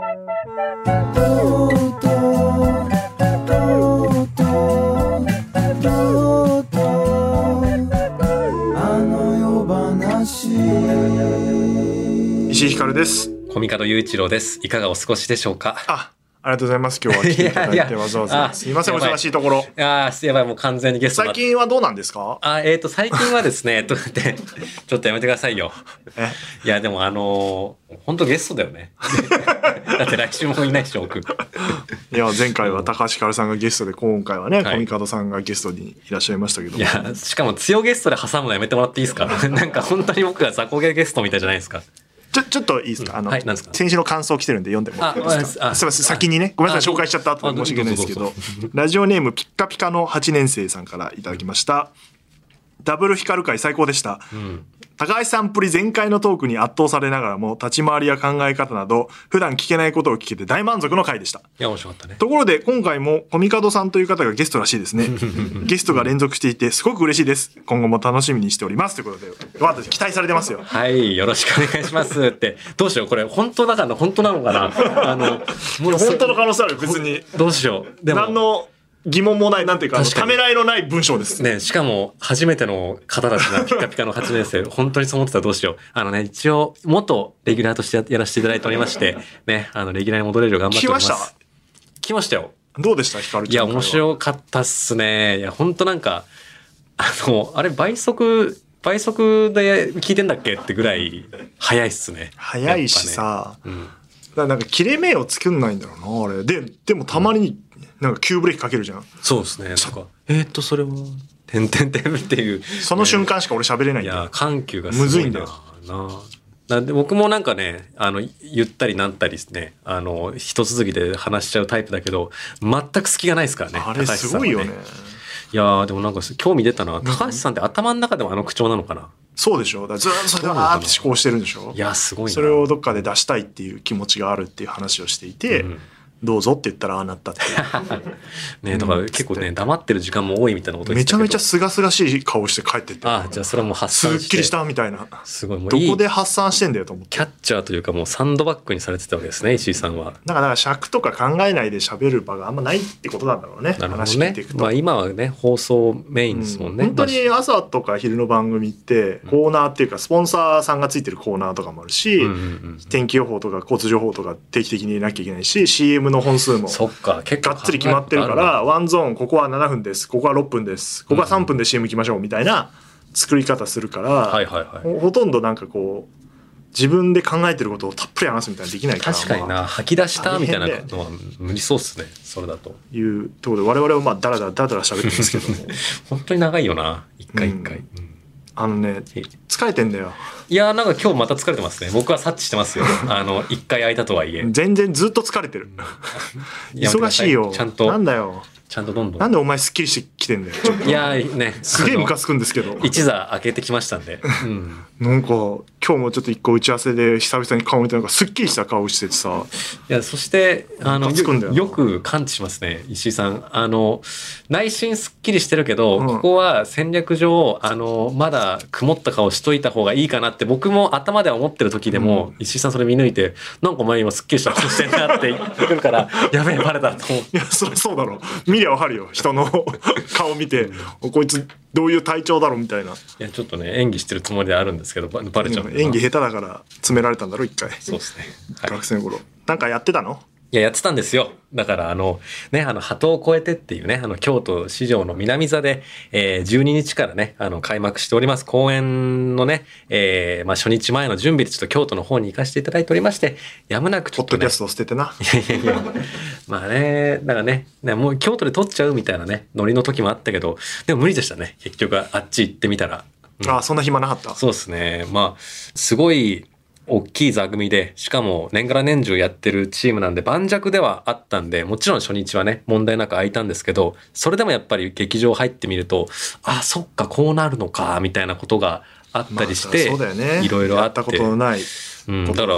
石井ひかるです。 小見門雄一郎です。いかがお過ごしでしょうか。 ありがとうございます。今日は来ていただいてわざわざすいません、お忙しいところ。 やばい、もう完全にゲスト最近はどうなんですか？ 最近はですねちょっとやめてくださいよ。いやでも本当ゲストだよね。だって来週もいないし僕。いや前回は高橋ひかるさんがゲストで、今回はね、 はい、 小見門さんがゲストにいらっしゃいましたけども。 いやしかも強ゲストで挟むのやめてもらっていいですか？なんか本当に僕が雑魚ゲストみたいじゃないですか。 ちょっといいですか？ はい、なんですか？ 先週の感想来てるんで読んでもらっていいですか？すいません、先にね、ごめんなさい、紹介しちゃった後で申し訳ないですけど、ラジオネームピッカピカの8年生さんからいただきました。ダブルヒカル会最高でした。高橋さんプリ全開のトークに圧倒されながらも、立ち回りや考え方など普段聞けないことを聞けて大満足の回でした。 いや面白かったね。 ところで今回も小見門さんという方がゲストらしいですね。ゲストが連続していてすごく嬉しいです。今後も楽しみにしておりますということで、私期待されてますよ。 はい、よろしくお願いしますって。どうしよう、これ本当なのかな。 もう本当の可能性ある。別にどうしよう。でも何の疑問もない、なんていうかためらいのない文章ですね。しかも初めての方たちがピカピカの8年生本当にそう思ってたらどうしよう。一応元レギュラーとしてやらせていただいておりましてね、レギュラーに戻れるよう頑張っております。来ましたよ。 どうでしたひかるちゃん？ いや面白かったっすね。いや本当なんかあれ倍速で聞いてんだっけってぐらい早いっすね。 早いしさ、なんか切れ目を作んないんだろうなあれでもたまになんか急ブレーキかけるじゃん。 そうですね。なんかそれはてんっていうその瞬間しか俺喋れないんだよ。 いや緩急がすごいむずいんだよな。で僕もなんかね言ったりなんたりですね一続きで話しちゃうタイプだけど全く隙がないですからね。 あれすごいよね。 いやでもなんか興味出たな。高橋さんって頭の中でも口調なのかな？ そうでしょ。だからずっとそれでわーって思考してるんでしょ。 いやすごいな。 それをどっかで出したいっていう気持ちがあるっていう話をしていて、どうぞって言ったらああなったってね。だから結構ね黙ってる時間も多いみたいなことめちゃめちゃすがすがしい顔して帰ってって。 じゃあそれはもう発散してすっきりしたみたいな。 すごいもうどこで発散してんだよと思って。 キャッチャーというかもうサンドバッグにされてたわけですね、石井さんは。 だから尺とか考えないで喋る場があんまないってことなんだろうね。 なるほどね。 話聞いていくと。 今はね放送メインですもんね。 本当に朝とか昼の番組ってコーナーっていうかスポンサーさんがついてるコーナーとかもあるし、天気予報とか交通情報とか定期的になきゃいけないし、 CM の本数も結構がっつり決まってるから、ワンゾーンここは7分です、ここは6分です、ここは3分で CM 行きましょうみたいな作り方するから、ほとんどなんかこう自分で考えてることをたっぷり話すみたいなできないから。 確かにな、吐き出したみたいなのは無理そうっすね。それだというところで我々はダラダラ喋ってますけども本当に長いよな一回一回。 疲れてんだよ。 いやなんか今日また疲れてますね。僕は察知してますよ。一回空いたとはいえ全然ずっと疲れてる。忙しいよ。 ちゃんとなんだよ。 ちゃんとどんどん。 なんでお前すっきりしてきてんだよ。 いやね、 すげえムカつくんですけど。 一座開けてきましたんで。 なんか今日もちょっと一個打ち合わせで久々に顔見てなんかすっきりした顔しててさ。 いやそしてよく感知しますね石井さん。内心すっきりしてるけど、ここは戦略上まだ曇った顔しといた方がいいかなって僕も頭では思ってる時でも、石井さんそれ見抜いてなんかお前今すっきりした顔してんなって言ってくるからやべえバレたと思う。 いやそりゃそうだろ。見りゃわかるよ。人の顔見て、こいつどういう体調だろうみたいな。いやちょっとね演技してるつもりであるんですけどバレちゃう。 演技下手だから詰められたんだろ一回。 そうですね、 学生の頃なんかやってたの？ いやってたんですよ。だから鳩を越えてっていうね京都市場の南座で、12日からね開幕しております公演のね、初日前の準備でちょっと京都の方に行かせていただいておりまして、やむなくちょっとねポッドキャストを捨ててな。 いやまあねだからねもう京都で撮っちゃうみたいなねノリの時もあったけど、でも無理でしたね結局あっち行ってみたら。 そんな暇なかった？ そうですね。すごい大きい座組で、しかも年がら年中やってるチームなんで盤石ではあったんで、もちろん初日はね問題なく空いたんですけど、それでもやっぱり劇場入ってみるとそっかこうなるのかみたいなことがあったりして、 そうだよね、 いろいろあって、 やったことのないだから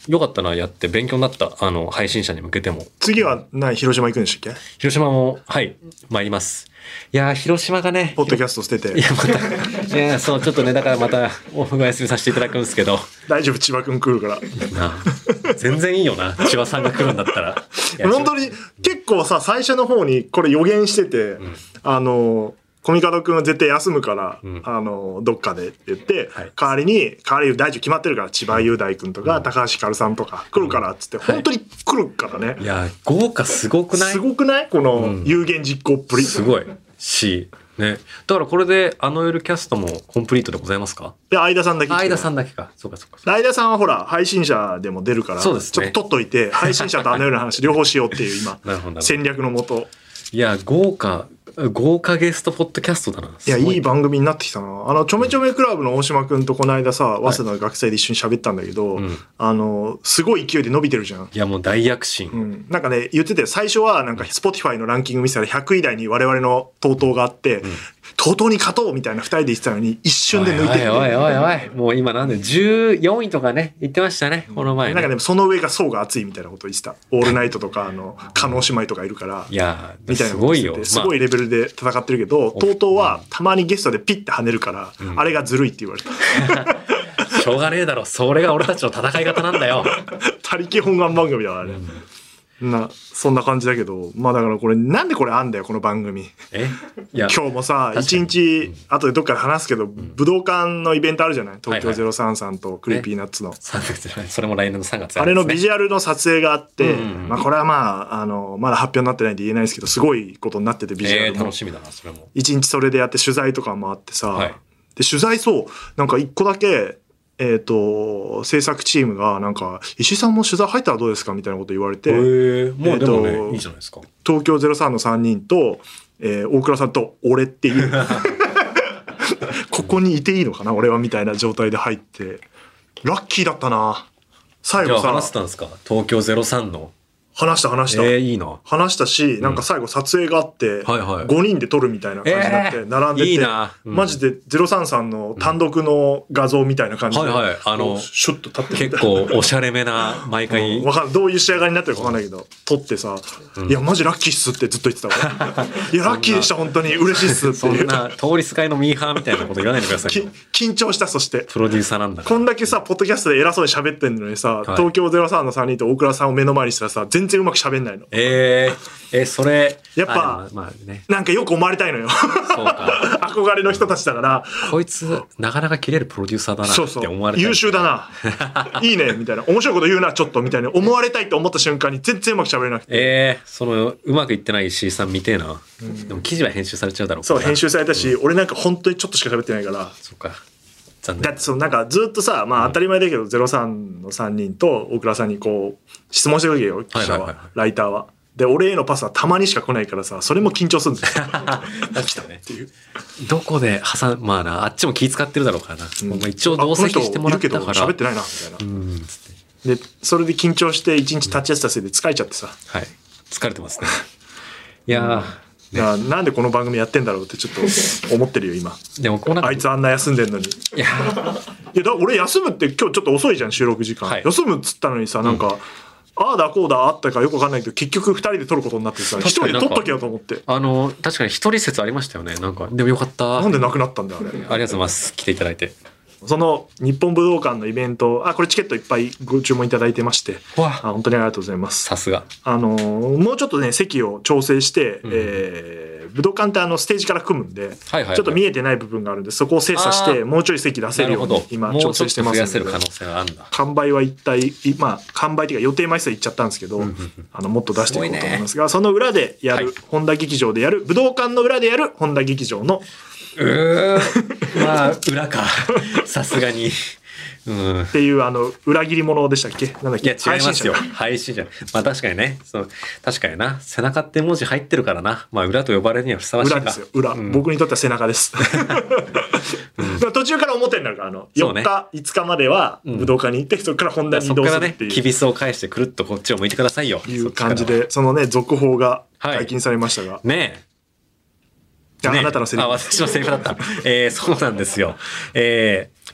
よかったな、やって勉強になった。配信者に向けても。 次は広島行くんでしたっけ？ 広島も、はい、参ります。いや広島がね。 ポッドキャスト捨てて。 いや、また、いや、そう、ちょっとね、だからまた、お休みさせていただくんですけど。 大丈夫、千葉くん来るから。 全然いいよな、千葉さんが来るんだったら。 本当に、結構さ、最初の方にこれ予言してて、コミカドくんは絶対休むから、どっかでって言って、代わり大丈夫決まってるから、千葉雄大くんとか、高橋ひかるさんとか来るからっつって、本当に来るからね。 いや、豪華すごくない？ すごくない？この有言実行っぷり。 すごい。ね。だからこれで、夜キャストもコンプリートでございますか？ で、相田さんだけ。 相田さんだけか。そうか。 相田さんはほら、配信者でも出るから、 そうですね、 ちょっと取っといて、配信者と夜の話両方しようっていう今、戦略のもと。 いや、豪華ゲストポッドキャストだな。 いや、いい番組になってきたな。ちょめちょめクラブの大島くんとこの間さ、早稲田の学生で一緒に喋ったんだけど、すごい勢いで伸びてるじゃん。 いや、もう大躍進。 なんかね、言ってて、最初はなんか Spotify のランキング見せたら100位台に我々の TOTO があって、TOTO に勝とうみたいな2人で言ってたのに、一瞬で抜いてる。 おい。もう今なんで14位とかね、言ってましたね、この前、ね。 なんかね、その上が層が厚いみたいなこと言ってた。オールナイトとか、加納姉妹とかいるから、 いや、 みたいなこと言ってて、すごいレベルで戦ってるけど、TOTO はたまにゲストでピッて跳ねるから、あれがずるいって言われた。 しょうがねえだろ、それが俺たちの戦い方なんだよ。 他力本願番組だからね。そんな感じだけど、まあだからこれなんでこれあんだよこの番組。今日もさ一日後でどっかで話すけど、武道館のイベントあるじゃない、東京033とクリーピーナッツの。 それも来年の3月あれのビジュアルの撮影があって、まあこれはまだ発表になってないんで言えないですけど、すごいことになっててビジュアルも。 楽しみだなそれも。 一日それでやって取材とかもあってさ、で取材なんか一個だけ。制作チームがなんか石井さんも取材入ったらどうですかみたいなこと言われて、 もうでもね、いいじゃないですか。 東京03の3人と、大倉さんと俺っていうここにいていいのかな俺はみたいな状態で入って、ラッキーだったな。最後さ、 話したんですか、東京03の。 話した。 いいな。 話したし、なんか最後撮影があって、5人で撮るみたいな感じになって、並んでて、 いいな、 マジで033の単独の画像みたいな感じで、シュッと立って結構おしゃれめな、毎回。 わかんない。どういう仕上がりになってるかわかんないけど、撮ってさ、いや、マジラッキーっすってずっと言ってたわ。いや、ラッキーでした、本当に。嬉しいっすって。 そんな、通りすがいのミーハーみたいなこと言わないでください。 緊張した、そして。 プロデューサーなんだ。 こんだけさ、ポッドキャストで偉そうに喋ってんのにさ、東京03の3人と大倉さんを目の前にしたらさ、全然うまく喋んないの。 それやっぱ、なんかよく思われたいのよ。そうか。憧れの人たちだから。 こいつなかなか切れるプロデューサーだなって思われたい。 優秀だな。いいねみたいな。面白いこと言うなちょっとみたいな思われたいと思った瞬間に全然うまく喋れなくて。 うまくいってない石井さん見てえな。でも記事は編集されちゃうだろうから。 そう編集されたし、俺なんか本当にちょっとしか喋ってないから。 そうか。 だってなんかずっとさ、まあ当たり前だけど03の3人と大倉さんにこう質問してるわけよ、記者は、ライターは。で俺へのパスはたまにしか来ないからさ、それも緊張するんですよ。来たねっていう。 どこでまあな、あっちも気遣ってるだろうからな。一応同席してもらったから。 喋ってないなみたいな。でそれで緊張して一日立ち会ってたせいで疲れちゃってさ。 はい。疲れてますね。いやなんでこの番組やってんだろうってちょっと思ってるよ今。でもあいつあんな休んでんのに。いや俺休むって今日ちょっと遅いじゃん収録時間。休むっつったのにさ、なんか。ああだこうだあったかよくわかんないけど結局2人で撮ることになってさ、一人で撮っとけよと思って。 確かに一人説ありましたよね。なんかでもよかった。 なんでなくなったんだあれ。ありがとうございます。来ていただいて。 その日本武道館のイベント、これチケットいっぱいご注文いただいてまして、本当にありがとうございます。 さすが。 もうちょっとね席を調整して、武道館ってステージから組むんで、ちょっと見えてない部分があるんで、そこを精査してもうちょい席出せるように今調整してますので、完売は一体完売っていうか予定枚数いっちゃったんですけど、もっと出していこうと思いますが、その裏でやる、本田劇場でやる武道館の裏でやる本田劇場のまあ裏かさすがに、 っていう裏切り者でしたっけ、なんだっけ。 いや違いますよ、配信者。まあ確かにね、確かにな、背中って文字入ってるからな、まあ裏と呼ばれるにはふさわしいか。 裏ですよ裏、僕にとっては背中です途中から表になるから4日5日までは武道館に行って、そこから本田に移動するっていう、 きびすを返してくるっとこっちを向いてくださいよいう感じで、そのね続報が解禁されましたが、 ねえあなたのセリフ。 私のセリフだった。そうなんですよ。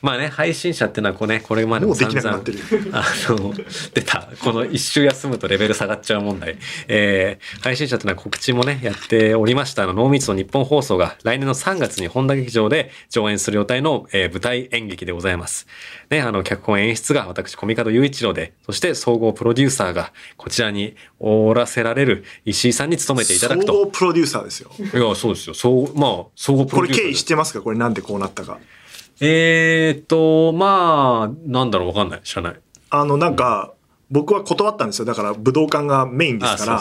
まあね、配信者っていうのはこれまでも散々出たこの一周休むとレベル下がっちゃう問題、配信者っていうのは告知もねやっておりました。ノーミーツの日本放送が来年の3月に本田劇場で上演する予定の、舞台演劇でございますね。脚本演出が私コミカド雄一郎で、そして総合プロデューサーがこちらにおらせられる石井さんに務めていただくと。 総合プロデューサーですよ。 いやそうですよ。総合プロデューサー。 これ経緯知ってますか？これなんでこうなったか。 まあなんだろう、わかんない、知らない。 なんか、僕は断ったんですよ。だから武道館がメインですから、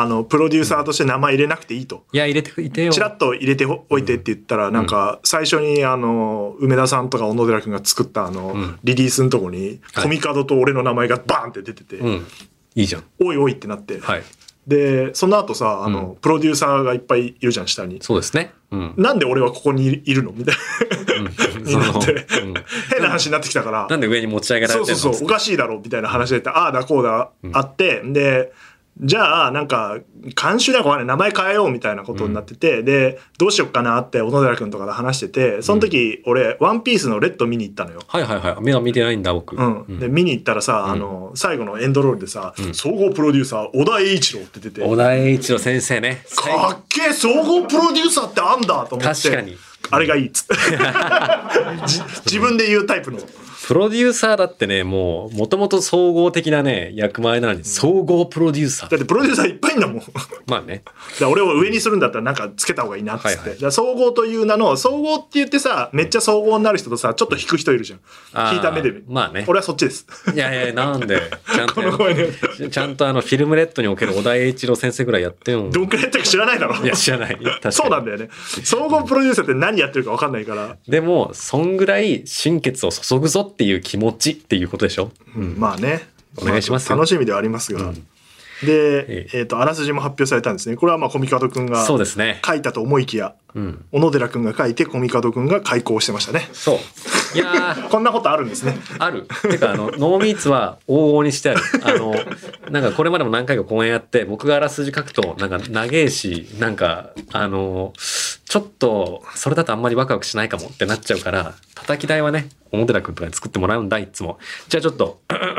ね、プロデューサーとして名前入れなくていいと。 いや、入れていてよ。 チラッと入れておいてって言ったら、なんか、最初に梅田さんとか小野寺君が作ったリリースのとこに、コミカドと俺の名前がバーンって出てて、 いいじゃん。 おいおいってなって。 はい。 で、その後さ、プロデューサーがいっぱいいるじゃん、下に。 そうですね。 なんで俺はここにいるのみたいな。になって、変な話になってきたから。 なんで上に持ち上げられてるの？ そう、おかしいだろ、みたいな話で、ああだこうだ、あって、で、じゃあ、なんか、監修だから名前変えようみたいなことになってて、で、どうしよっかなって小野寺君とかで話してて、その時、俺、ワンピースのレッド見に行ったのよ。 はいはいはい。目は見てないんだ、僕。 で、見に行ったらさ、最後のエンドロールでさ、総合プロデューサー、小田栄一郎って出て。 小田栄一郎先生ね。 かっけえ、総合プロデューサーってあんだと思って。 確かに。 あれがいいっつって。自分で言うタイプの。 プロデューサーだってね、もともと総合的なね、役前なのに、総合プロデューサー。 だってプロデューサーいっぱいいんだもん。 まあね。 だ俺を上にするんだったらなんかつけた方がいいなっつって。だから総合という名の、総合って言ってさ、めっちゃ総合になる人とさ、ちょっと引く人いるじゃん。引いた目で。 まあね。 俺はそっちです。 いや、なんで、ちゃんとフィルムレッドにおける小田栄一郎先生ぐらいやってよ。 どんくらいやってるか知らないだろ。 いや、知らない。 そうなんだよね。総合プロデューサーって何やってるか分かんないから。 でも、そんぐらい心血を注ぐぞっていう気持ちっていうことでしょ。 まあね。 お願いしますよ。 楽しみではありますが。で、あらすじも発表されたんですね。これはまあコミカドくんが書いたと思いきや、小野寺くんが書いてコミカドくんが開講してましたね。 そう。いやこんなことあるんですね。 ある。てかノーミーツは往々にしてある。なんかこれまでも何回か公演やって、僕があらすじ書くとなんか長えし、なんかちょっとそれだとあんまりワクワクしないかもってなっちゃうから、叩き台はね、小野寺くんとかに作ってもらうんだいつも。じゃあちょっと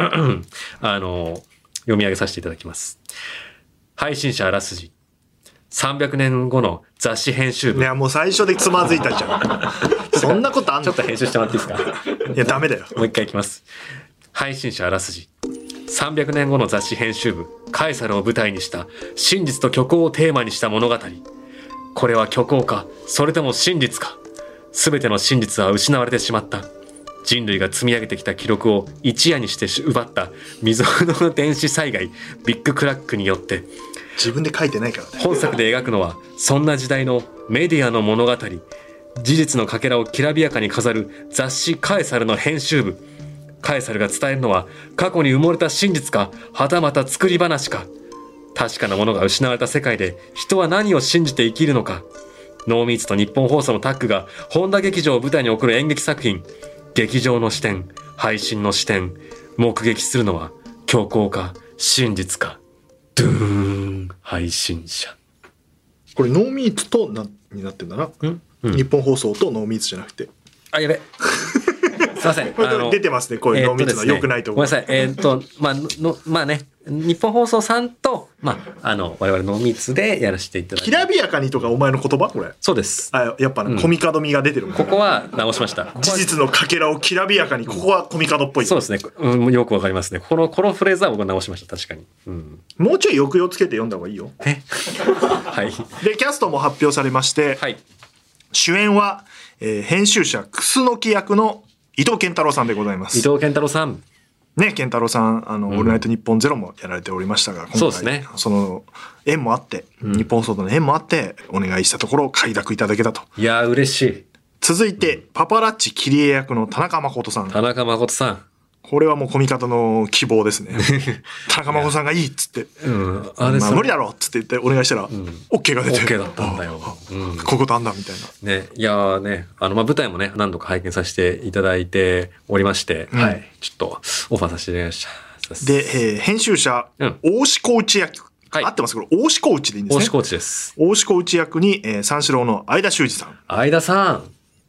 読み上げさせていただきます。配信者あらすじ。300年後の雑誌編集部。 いや、もう最初でつまずいたじゃん。そんなことあんの？ ちょっと編集してもらっていいですか？ いや、ダメだよ。 もう一回いきます。配信者あらすじ。300年後の雑誌編集部、カエサルを舞台にした真実と虚構をテーマにした物語。これは虚構か、それとも真実か。すべての真実は失われてしまった。人類が積み上げてきた記録を一夜にして奪った未曾有の電子災害ビッグクラックによって、 自分で書いてないからね。 本作で描くのはそんな時代のメディアの物語、事実のかけらをきらびやかに飾る雑誌カエサルの編集部。カエサルが伝えるのは過去に埋もれた真実か、はたまた作り話か。確かなものが失われた世界で人は何を信じて生きるのか。ノーミーツと日本放送のタッグが本田劇場を舞台に送る演劇作品。劇場の視点、配信の視点、目撃するのは虚構か真実か。ドゥーン、配信者。 これノーミーツとになってんだな。日本放送とノーミーツじゃなくて。 あ、やべ。すいません。 出てますね。こういうノーミーツは良くないと思う。 ごめんなさい。まあね、日本放送さんと、我々ノーミーツでやらせていただいて。 きらびやかにとかお前の言葉これ。 そうです。 やっぱコミカド味が出てる。 ここは直しました。 事実のかけらをきらびやかに、ここはコミカドっぽい。 そうですね。よくわかりますね。このフレーズは僕直しました。確かに。 もうちょい抑揚つけて読んだ方がいいよ。 はい。 で、キャストも発表されまして、主演は、編集者楠木役の伊藤健太郎さんでございます。 伊藤健太郎さん。 ね、健太郎さん、オールナイトニッポンゼロもやられておりましたが、今回、 そうですね。 その縁もあって、日本放送の縁もあって、お願いしたところ、快諾いただけたと。 いやー、嬉しい。 続いて、パパラッチキリエ役の田中誠さん。 田中誠さん。 これはもうコミカドの希望ですね。田中誠さんがいいっつって、無理だろっつって言ってお願いしたら、OK が出て、 OK だったんだよ。 こういうことあんだみたいな。 ね、いやーね、舞台もね、何度か拝見させていただいておりまして、ちょっとオファーさせていただきました。 で、編集者、大志コーチ役。合ってますこれ大志コーチでいいんですね。 大志コーチです。 大志コーチ役に、三四郎の相田修二さん。 相田さん。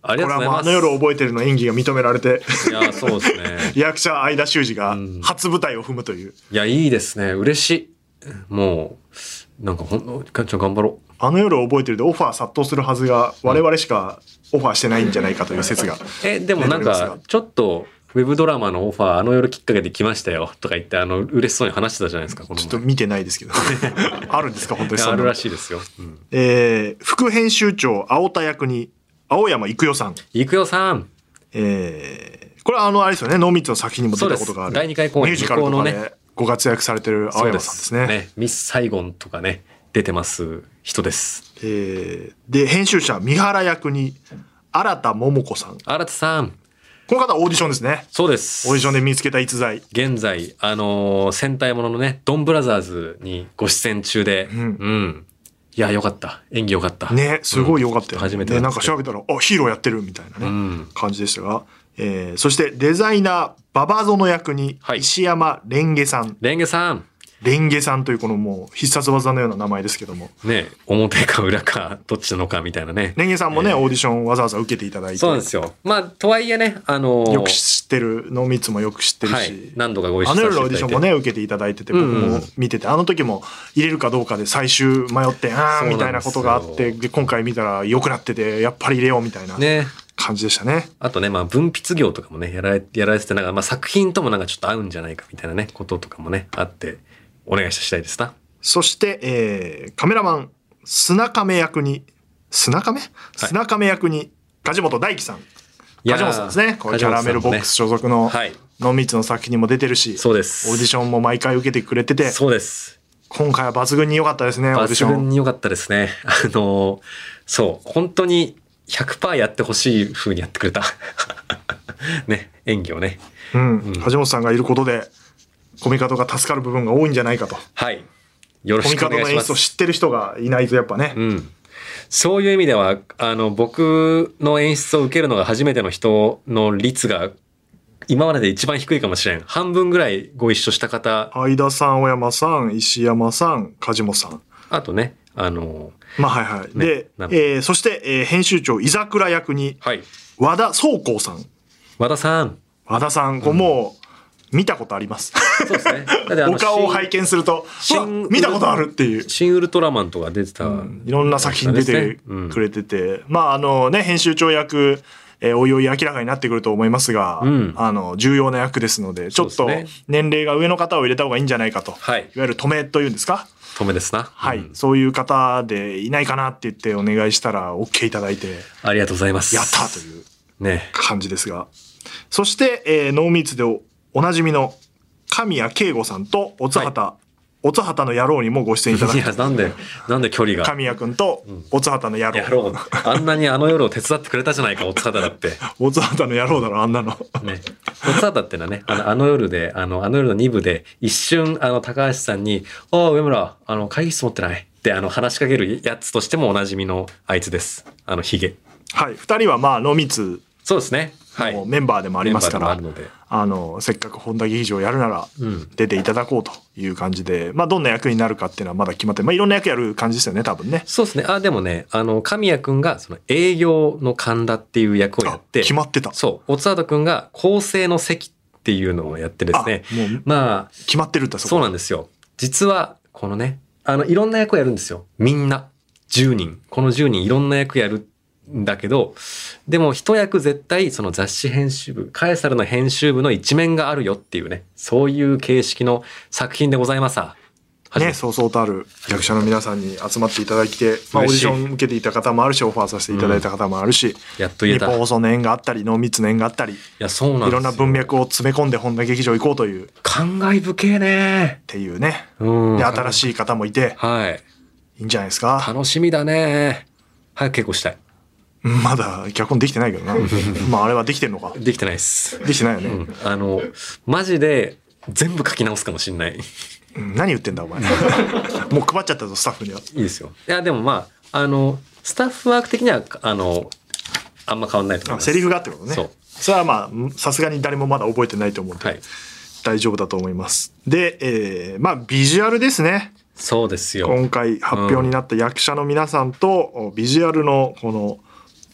ありがとうございます。 これはもうあの夜を覚えてるの演技が認められて。 いや、そうですね。 役者相田修二が初舞台を踏むという。 いや、いいですね。嬉しい。もう、なんか頑張ろう。 あの夜を覚えてるでオファー殺到するはずが、我々しかオファーしてないんじゃないかという説が。 でもなんか、ちょっと、ウェブドラマのオファーあの夜きっかけで来ましたよとか言って嬉しそうに話してたじゃないですか。 ちょっと見てないですけどあるんですか本当に。 あるらしいですよ。 副編集長青田役に青山育代さん。 育代さん。これはあれですよね、濃密の作品にも出たことがある第2回公演ミュージカルとかでご活躍されてる青山さんですね。 ミスサイゴンとかね出てます人です。 で編集者三原役に新田桃子さん。 新田さん、 この方はオーディションですね。 そうです。 オーディションで見つけた逸材。 現在戦隊もののねドンブラザーズにご出演中で、いやよかった、演技よかったね、すごいよかったよ、 初めてなんか調べたらヒーローやってるみたいなね、感じでしたが、そしてデザイナー馬場園役に石山蓮華さん。蓮華さんというこのもう必殺技のような名前ですけどもね、表か裏かどっちなのかみたいなね。 蓮華さんもね、オーディションわざわざ受けていただいて。 そうなんですよ。まあとはいえね、 よく知ってる濃密もよく知ってるし、 何度かご一緒させていただいて、 あの夜のオーディションもね受けていただいてて、僕も見てて、あの時も入れるかどうかで最終迷ってみたいなことがあって、で今回見たら良くなっててやっぱり入れようみたいな感じでしたね。 あとね、文筆業とかもねやられてて、なんか作品ともなんかちょっと合うんじゃないかみたいなねこととかもねあってお願いしたいですな。 そして、カメラマン砂亀役に梶本大輝さん。梶本さんですね。これキャラメルボックス所属の濃密の作品にも出てるし、 そうです。 オーディションも毎回受けてくれてて、 そうです。 今回は抜群に良かったですね。オーディション。 抜群に良かったですね。そう本当に 100% やってほしい風にやってくれたね、演技をね。 梶本さんがいることでコミカドが助かる部分が多いんじゃないかと。 はい。よろしくお願いします。コミカドの演出を知ってる人がいないとやっぱね。そういう意味では僕の演出を受けるのが初めての人の率が今までで一番低いかもしれん。半分ぐらいご一緒した方。 相田さん、小山さん、石山さん、梶本さん。 あとね、 ね、で、そして、編集長、井桜役に、和田宗光さん。 和田さん、 こうもう、見たことあります。 そうですね。 お顔を拝見すると、見たことあるっていう。 新ウルトラマンとか出てた。 いろんな作品出てくれてて、編集長役、おいおい明らかになってくると思いますが、重要な役ですので、ちょっと年齢が上の方を入れた方がいいんじゃないかと。いわゆる止めというんですか？ 止めですな。 そういう方でいないかなって言ってお願いしたら OK いただいて。 ありがとうございます。 やったという感じですが。そして、濃密でおなじみの神谷慶吾さんと乙畑の野郎にもご出演いただきました。 いや、なんで距離が。 神谷くんと乙畑の野郎。 あんなにあの夜を手伝ってくれたじゃないか、乙畑だって。 乙畑の野郎だろ、あんなの。 ね。乙畑ってのはね、あの夜の2部で、一瞬、高橋さんに、上村、会議室持ってないって、話しかけるやつとしてもおなじみのあいつです。ヒゲ。 はい。二人は濃密。 そうですね。 メンバーでもありますから、せっかく本田劇場やるなら出ていただこうという感じで、どんな役になるかっていうのはまだ決まって、いろんな役やる感じですよね、多分ね。 そうですね。でもね、神谷くんがその営業の神田っていう役をやって、 決まってた。 そう。乙畑くんが構成の席っていうのをやってですね。 決まってるんだ、 そうなんですよ。実はこのね、いろんな役をやるんですよ。みんな10人、この10人いろんな役やるんだけど、でも一役絶対その雑誌編集部、カエサルの編集部の一面があるよっていうね、そういう形式の作品でございます。 そうそうとある役者の皆さんに集まっていただいて、オーディション受けていた方もあるし、オファーさせていただいた方もあるし、 やっと言えた。 日本放送の縁があったり、濃密の縁があったり、 そうなんですよ。 いろんな文脈を詰め込んで本田劇場行こうという。 感慨深いね。 っていうね。で、新しい方もいて、いいんじゃないですか。 楽しみだね。早く稽古したい。 まだ脚本できてないけどな。あれはできてるのか。 できてないです。 できてないよね。 マジで全部書き直すかもしんない。 何言ってんだお前。もう配っちゃったぞスタッフには。 いいですよ。いやでもスタッフワーク的にはあんま変わんないと思います。 セリフがってことね。それはさすがに誰もまだ覚えてないと思うんで、大丈夫だと思います。で、ビジュアルですね。 そうですよ。 今回発表になった役者の皆さんとビジュアルのこの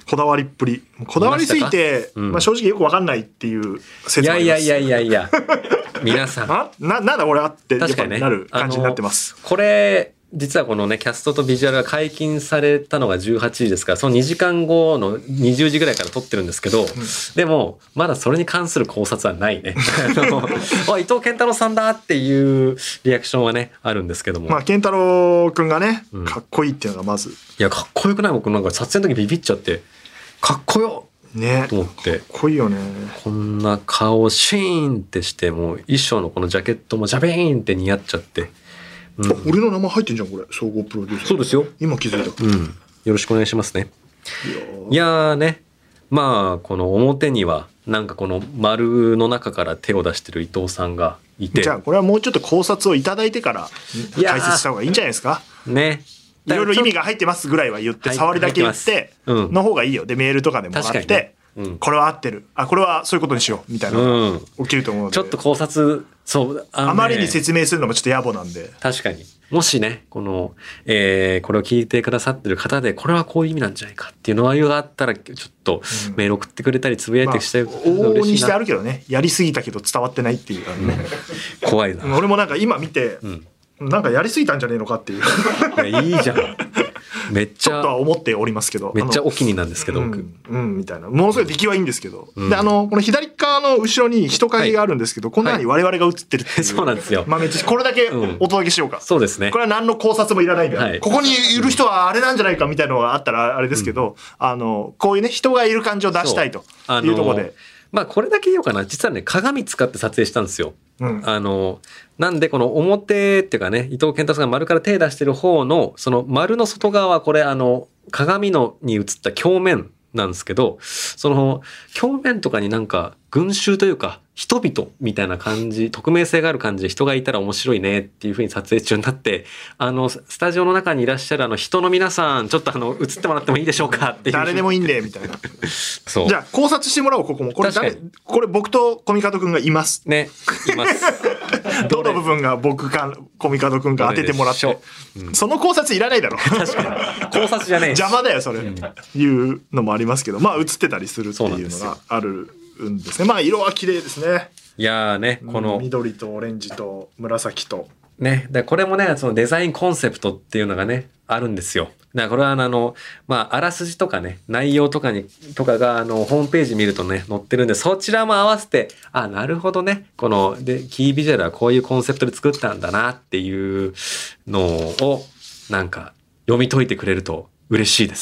こだわりっぷり。こだわりすぎて、まあ正直よくわかんないっていう説もあります。 いや。皆さん。 なんだこれあってやっぱなる感じになってます。 これ、実はこのね、キャストとビジュアルが解禁されたのが18時ですから、その2時間後の20時ぐらいから撮ってるんですけど、でも、まだそれに関する考察はないね。伊藤健太郎さんだっていうリアクションはね、あるんですけども。 まあ、健太郎くんがね、かっこいいっていうのがまず。いや、かっこよくない？僕なんか撮影の時ビビっちゃって、かっこよねと思って。 かっこいいよね。 こんな顔をシーンってして、もう衣装のこのジャケットもジャビーンって似合っちゃって。 俺の名前入ってんじゃんこれ、総合プロデューサー。 そうですよ。 今気づいた。 よろしくお願いしますね。いやーね、まあこの表にはなんかこの丸の中から手を出してる伊藤さんがいて、 じゃあこれはもうちょっと考察をいただいてから解説した方がいいんじゃないですかね。 いろいろ意味が入ってますぐらいは言って、触りだけ言っての方がいいよ。でメールとかでもらって、これは合ってる、これはそういうことにしようみたいなのが起きると思うので、 ちょっと考察、そうあまりに説明するのもちょっと野暮なんで。 確かに。もしね、この、これを聞いてくださってる方で、これはこういう意味なんじゃないかっていうのがあったら、ちょっとメール送ってくれたり、つぶやいてして往々にしてあるけどね、やりすぎたけど伝わってないっていうかね。 怖いな。 俺もなんか今見て、なんかやりすぎたんじゃねえのかっていう。 いいじゃん。めっちゃちょっとは思っておりますけど、 めっちゃお気になんですけど、僕みたいな、ものすごい出来はいいんですけど、でこの左側の後ろに人影があるんですけど、こんなに我々が映ってるっていう、 そうなんですよ。 まあめっちゃこれだけお届けしようか。 そうですね。 これは何の考察もいらないんで、ここにいる人はあれなんじゃないかみたいなのがあったらあれですけど、こういうね人がいる感じを出したいというところで。 まあこれだけ言おうかな。実はね、鏡使って撮影したんですよ。なんでこの表っていうかね、伊藤健太さんが丸から手出してる方の、その丸の外側はこれ鏡に映った鏡面なんですけど、その鏡面とかになんか群衆というか人々みたいな感じ、匿名性がある感じで人がいたら面白いねっていう風に撮影中になって、スタジオの中にいらっしゃる人の皆さん、ちょっと映ってもらってもいいでしょうかっていう。 誰でもいいんでみたいな。 そう。 じゃあ考察してもらおう。ここもこれこれ僕とコミカドくんがいますね。います。 どの部分が僕かコミカドくんか当ててもらって、その考察いらないだろ。 確かに。考察じゃねえ。 邪魔だよそれ、いうのもありますけど、まあ映ってたりするっていうのがあるんですね。まあ色は綺麗ですね。 いやーね、この緑とオレンジと紫とね、これもね、そのデザインコンセプトっていうのがね、あるんですよ。だからこれはまあ、あらすじとかね、内容とかが、ホームページ見るとね、載ってるんで、そちらも合わせて、なるほどね、キービジュアルはこういうコンセプトで作ったんだなっていうのを、なんか、読み解いてくれると嬉しいです。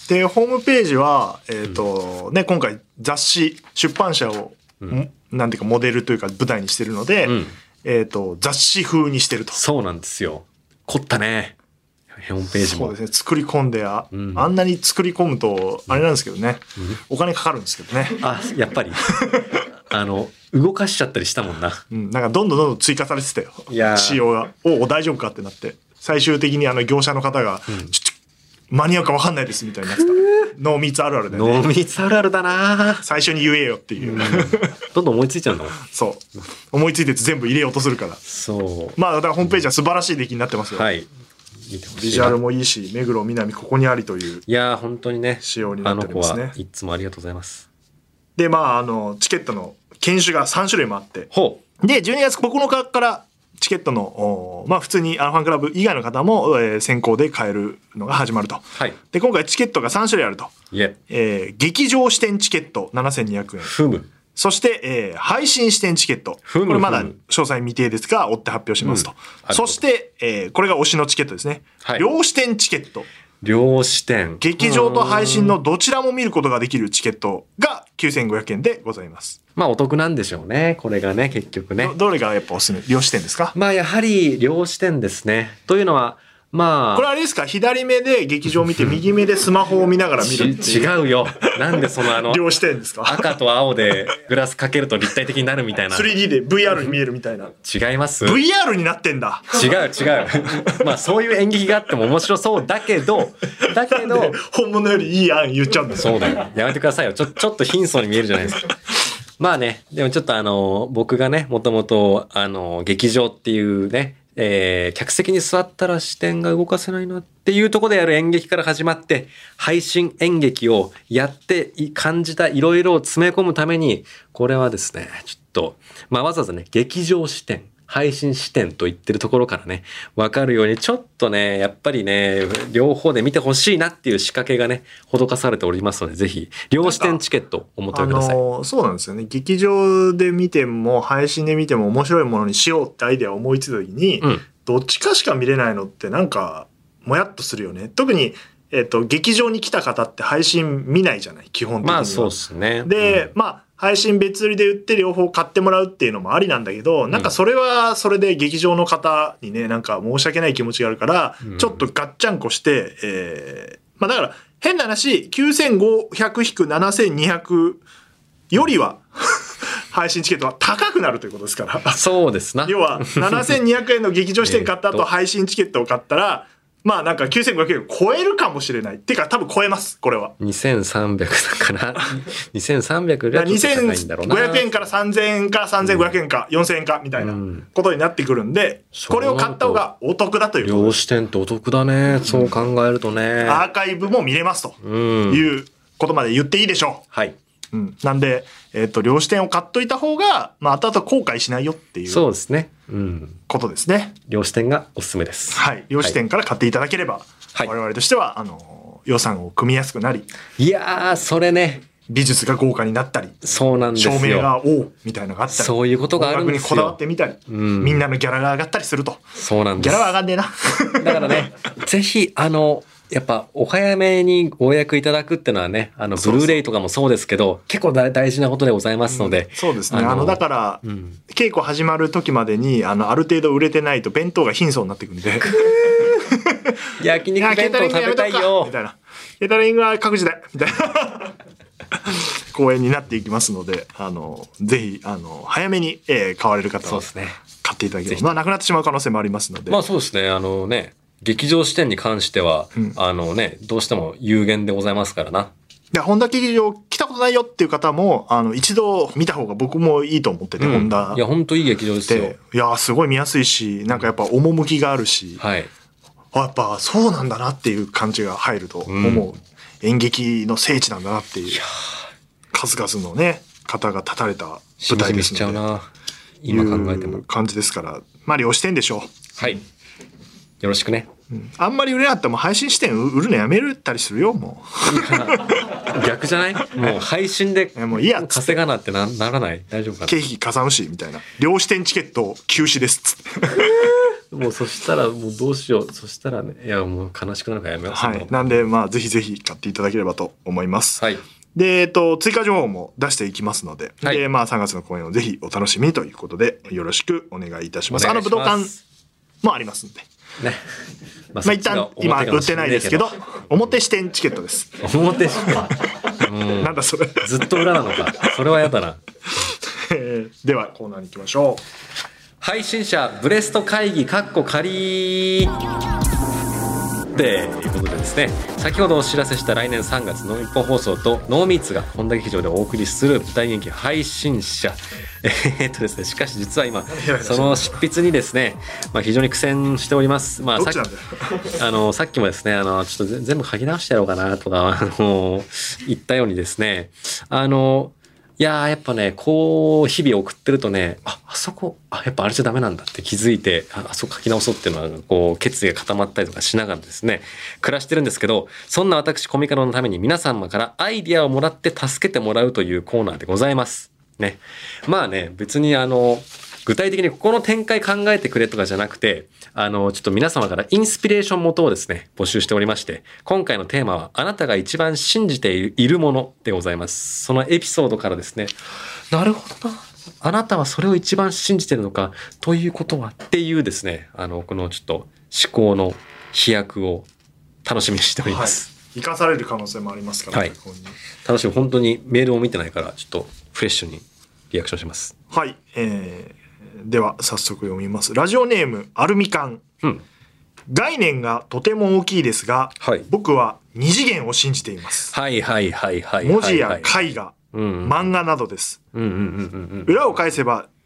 で、ホームページは、ね、今回雑誌、出版社を、なんていうかモデルというか舞台にしてるので、雑誌風にしてると。 そうなんですよ。凝ったね。ホームページも。 そうですね。作り込んであんなに作り込むと、あれなんですけどね、お金かかるんですけどね。 やっぱり。動かしちゃったりしたもんな。 なんかどんどん追加されてたよ。仕様が。大丈夫かってなって。最終的に業者の方が、間に合うか分かんないですみたいになってた。濃密あるあるだよね。 濃密あるあるだな。 最初に言えよっていう。 どんどん思いついちゃうの。 そう。思いついて全部入れようとするから。 そう。 まあだからホームページは素晴らしい出来になってますよ。 はい。 ビジュアルもいいし、目黒みなみここにありという。 いや本当にね。 仕様になってますね。 いつもありがとうございます。 でまあチケットの犬種が3種類もあって。で12月9日からチケットのまあ普通にファンクラブ以外の方も先行で買えるのが始まると。で今回チケットが3種類あると。劇場視点チケット7200円。 ふむ。 そして、配信視点チケット。これまだ詳細未定ですが追って発表しますと。そして、これが推しのチケットですね。両視点チケット。 両視点。 劇場と配信のどちらも見ることができるチケットが9500円でございます。 まあお得なんでしょうね。これがね、結局ね。 どれがやっぱおすすめ？両視点ですか？ まあやはり両視点ですね。というのは、まあ。 これあれですか？左目で劇場を見て、右目でスマホを見ながら見るっていう。 違うよ。なんでその両視点ですか？ 赤と青でグラスかけると立体的になるみたいな。 3D で VR に見えるみたいな。 違います。 VR になってんだ。 違う。まあそういう演劇があっても面白そうだけど、 本物よりいい案言っちゃうんだよ。 そうだよ。やめてくださいよ。ちょっと貧相に見えるじゃないですか。まあね、でもちょっと僕がね、もともと劇場っていうね、 客席に座ったら視点が動かせないなっていうところでやる演劇から始まって、配信演劇をやって感じたいろいろを詰め込むために、これはですね、ちょっと、わざわざね、劇場視点、配信視点と言ってるところからね、わかるようにちょっとね、やっぱりね、両方で見てほしいなっていう仕掛けがね、施されておりますので、ぜひ、両視点チケットお求めください。 そうなんですよね。劇場で見ても、配信で見ても面白いものにしようってアイデアを思いついた時に、どっちかしか見れないのってなんか、もやっとするよね。特に、劇場に来た方って配信見ないじゃない、基本的には。 そうですね。 で、配信別売りで売って両方買ってもらうっていうのもありなんだけど、なんかそれはそれで劇場の方にね、なんか申し訳ない気持ちがあるから、ちょっとガッチャンコして、だから変な話、9500-7200よりは配信チケットは高くなるということですから。 そうですな。 要は7200円の劇場視点買った後配信チケットを買ったら、なんか9500円超えるかもしれない。っていうか多分超えます、これは。 2300だから、2300よりはちょっと高いんだろうな。 2500円から3000円か3500円か4000円かみたいなことになってくるんで、これを買った方がお得だということです。 両視点ってお得だね。そう考えるとね。 アーカイブも見れますということまで言っていいでしょう。 はい。 なんで、両視点を買っといた方が、後々後悔しないよっていう。 そうですね。 ことですね。 両視点がおすすめです。 はい。両視点から買っていただければ、我々としては、予算を組みやすくなり。 いやー、それね。 美術が豪華になったり。 そうなんですよ。 照明がみたいなのがあったり。 そういうことがあるんですよ。 音楽にこだわってみたり。みんなのギャラが上がったりすると。 そうなんです。 ギャラは上がんねえな。 だからね、ぜひ、やっぱお早めにご予約いただくっていうのはね、ブルーレイとかもそうですけど、結構大事なことでございますので。 そうですね。だから、稽古始まる時までに、ある程度売れてないと弁当が貧相になってくんで。 焼肉弁当食べたいよ。 みたいな。ケータリングは各自で。みたいな。公演になっていきますので、ぜひ、早めに、買われる方は、買っていただければ。なくなってしまう可能性もありますので。 そうですね。劇場視点に関しては、どうしても有限でございますからな。 本田劇場来たことないよっていう方も、一度見た方が僕もいいと思ってて、本田。 いや、本当いい劇場ですよ。 いや、すごい見やすいし、なんかやっぱ趣があるし、 はい。 やっぱそうなんだなっていう感じが入ると思う。演劇の聖地なんだなっていう、数々のね、方が立たれた舞台ですので。 今考えても。 いう感じですから、両視点でしょう。 はい。よろしくね。 あんまり売れなかったらもう配信視点売るのやめたりするよ、もう。逆じゃない？もう配信でもういいや稼がなってならない？大丈夫かな？ 経費かさむしみたいな。両視点チケット休止ですっつって。 もうそしたらもうどうしよう。そしたらね、いやもう悲しくなるからやめます。 はい。なんでぜひぜひ買っていただければと思います。 はい。 で、追加情報も出していきますので、はい、で、3月の公演をぜひお楽しみにということで、よろしくお願いいたします。武道館もありますんで。 ね。 一旦今売ってないですけど、表視点チケットです。 表視点。 なんだそれ。 ずっと裏なのか。それはやだな。 ではコーナーに行きましょう。 配信者ブレスト会議仮ということでですね、先ほどお知らせした来年3月の日本放送とノーミーツが本田劇場でお送りする大人気配信者ですね、しかし実は今その執筆にですね、非常に苦戦しております。さっきもですね、ちょっと全部書き直してやろうかなとか言ったようにですね、いややっぱね、こう日々送ってるとね、あそこやっぱあれじゃダメなんだって気づいて、あそこ書き直そうっていうのはこう決意が固まったりとかしながらですね暮らしてるんですけど、そんな私コミカドのために皆様からアイディアをもらって助けてもらうというコーナーでございますね。別に具体的にここの展開考えてくれとかじゃなくて、ちょっと皆様からインスピレーション元をですね、募集しておりまして、今回のテーマは、あなたが一番信じているものでございます。そのエピソードからですね、なるほどな。あなたはそれを一番信じているのか、ということはっていうですね、このちょっと思考の飛躍を楽しみにしております。 生かされる可能性もありますから、 はい。楽しみ、本当にメールを見てないから、ちょっとフレッシュにリアクションします。 はい。では早速読みます。ラジオネームアルミカン、概念がとても大きいですが、僕は二次元を信じています。文字や絵画、漫画などです。裏を返せば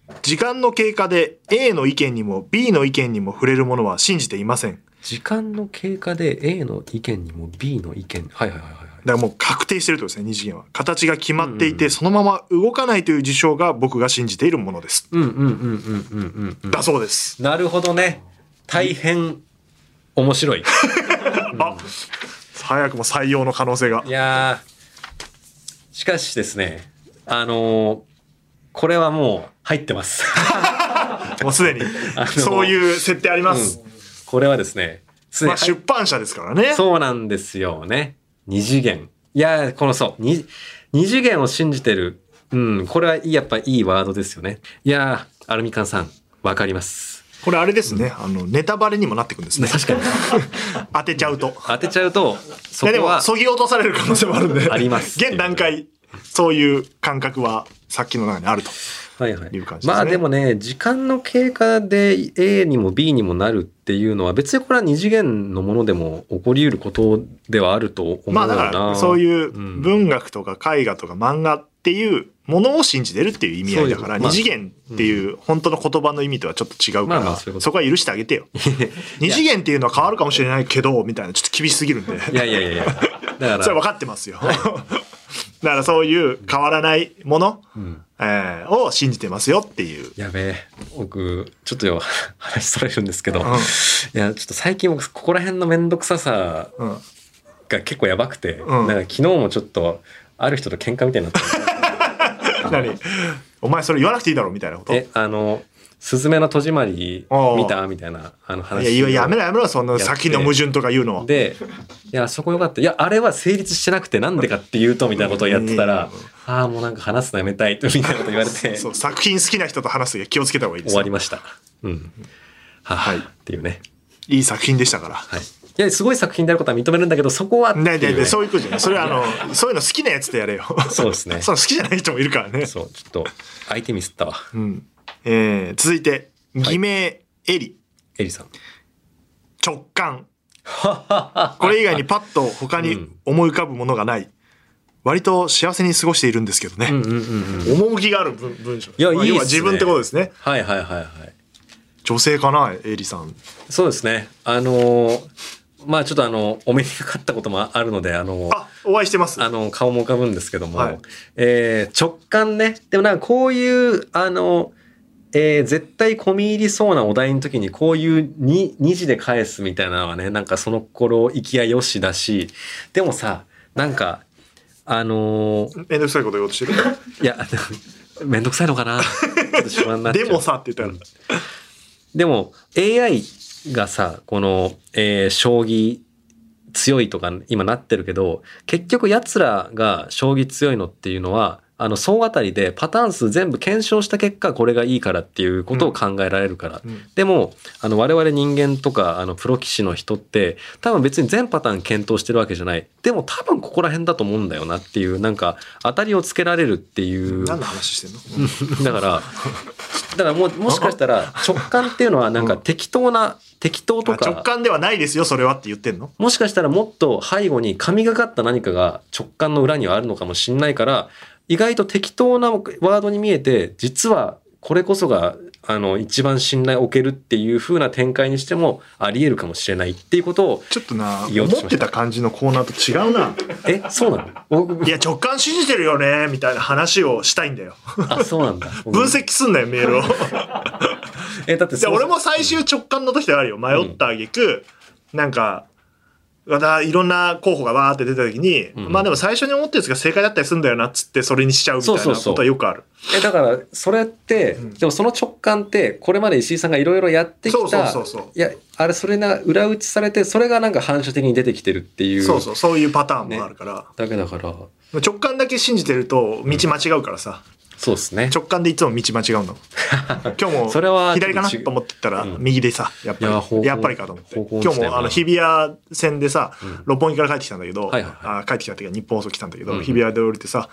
時間の経過で A の意見にも B の意見にも触れるものは信じていません。 時間の経過で A の意見にも B の意見。はいはいはいはい。だからもう確定してるってことですね、二次元は。形が決まっていて、そのまま動かないという事象が僕が信じているものです。だそうです。 なるほどね。大変面白い。 あ、早くも採用の可能性が。 いやしかしですね、これはもう入ってます。 もうすでにそういう設定あります。 これはですね、 まあ出版社ですからね。 そうなんですよね。二次元。いやこの二次元を信じてる。これはやっぱいいワードですよね。いやアルミカンさんわかります。 これあれですね、ネタバレにもなってくるんですね。 確かに。 当てちゃうと、 そこはでもそぎ落とされる可能性もあるんで。 あります。 現段階そういう感覚はさっきの中にあると。 はいはい。まあでもね、時間の経過で A にも B にもなるっていうのは別にこれは二次元のものでも起こり得ることではあると思うな。 まあだからそういう文学とか絵画とか漫画っていうものを信じてるっていう意味合いだから、二次元っていう本当の言葉の意味とはちょっと違うから、そこは許してあげてよ。二次元っていうのは変わるかもしれないけどみたいな、ちょっと厳しすぎるんで。 いやだからそれ分かってますよ。だからそういう変わらないもの、を信じてますよっていう。 やべえ、僕ちょっと話それるんですけど、いやちょっと最近僕ここら辺の面倒くささが結構やばくて、なんか昨日もちょっとある人と喧嘩みたいになって何？お前それ言わなくていいだろみたいなこと？ すずめの戸締まり見たみたいな話。 いややめろそんな先の矛盾とか言うのは。 で、いやそこよかった。いやあれは成立してなくてなんでかっていうとみたいなことをやってたら、もうなんか話すのやめたいみたいなこと言われて、 そう作品好きな人と話すと気をつけた方がいいです。 終わりました。はいっていうね。 いい作品でしたから。 はい。いやすごい作品であることは認めるんだけど、そこはそういうことじゃない。それはそういうの好きなやつとやれよ。 そうですね。 その好きじゃない人もいるからね。 そうちょっと相手ミスったわ。 続いて偽名エリさん。 直感。これ以外にパッと他に思い浮かぶものがない。割と幸せに過ごしているんですけどね。趣がある文章。要は自分ってことですね。 はい。 女性かな、エリさん。 そうですね。まあちょっとお目にかかったこともあるので、 お会いしてます。 顔も浮かぶんですけども、直感ね。でもなんかこういう絶対込み入りそうなお題の時にこういう二次で返すみたいなのはね、なんかその頃行きやよしだし、でもさ、なんかめんどくさいこと言おうとしてる。 いやめんどくさいのかな。ちょっと不安になっちゃう。 でもさって言ったら、 でも AI がさこの、将棋強いとか今なってるけど、結局奴らが将棋強いのっていうのは総当たりでパターン数全部検証した結果これがいいからっていうことを考えられるから、でも我々人間とかプロ棋士の人って多分別に全パターン検討してるわけじゃない。でも多分ここら辺だと思うんだよなっていう、なんか当たりをつけられるっていう。 何の話してんの？ だからもしかしたら直感っていうのはなんか適当とか、 直感ではないですよそれはって言ってんの？ もしかしたらもっと背後に神がかった何かが直感の裏にはあるのかもしれないから、意外と適当なワードに見えて実はこれこそが一番信頼を置けるっていう風な展開にしてもあり得るかもしれないっていうことをちょっと思ってた感じのコーナーと違うな。 そうなの？ いや直感信じてるよねみたいな話をしたいんだよ。 そうなんだ。 分析すんなよメールを。 だって俺も最終直感の時であるよ。迷った挙句、なんかいろんな候補がわーって出た時に、まあでも最初に思ったやつが正解だったりするんだよなっつってそれにしちゃうみたいなことはよくある。 だからそれって、でもその直感ってこれまで石井さんがいろいろやってきた、いやあれそれが裏打ちされてそれがなんか反射的に出てきてるっていう、 そういうパターンもあるから、 だから直感だけ信じてると道間違うからさ。 そうですね。 直感でいつも道間違うの。今日も左かなと思ってたら右でさ、やっぱりかと思って。今日も日比谷線でさ、六本木から帰ってきたんだけど、帰ってきたっていうか日本放送来たんだけど、日比谷で降りてさ、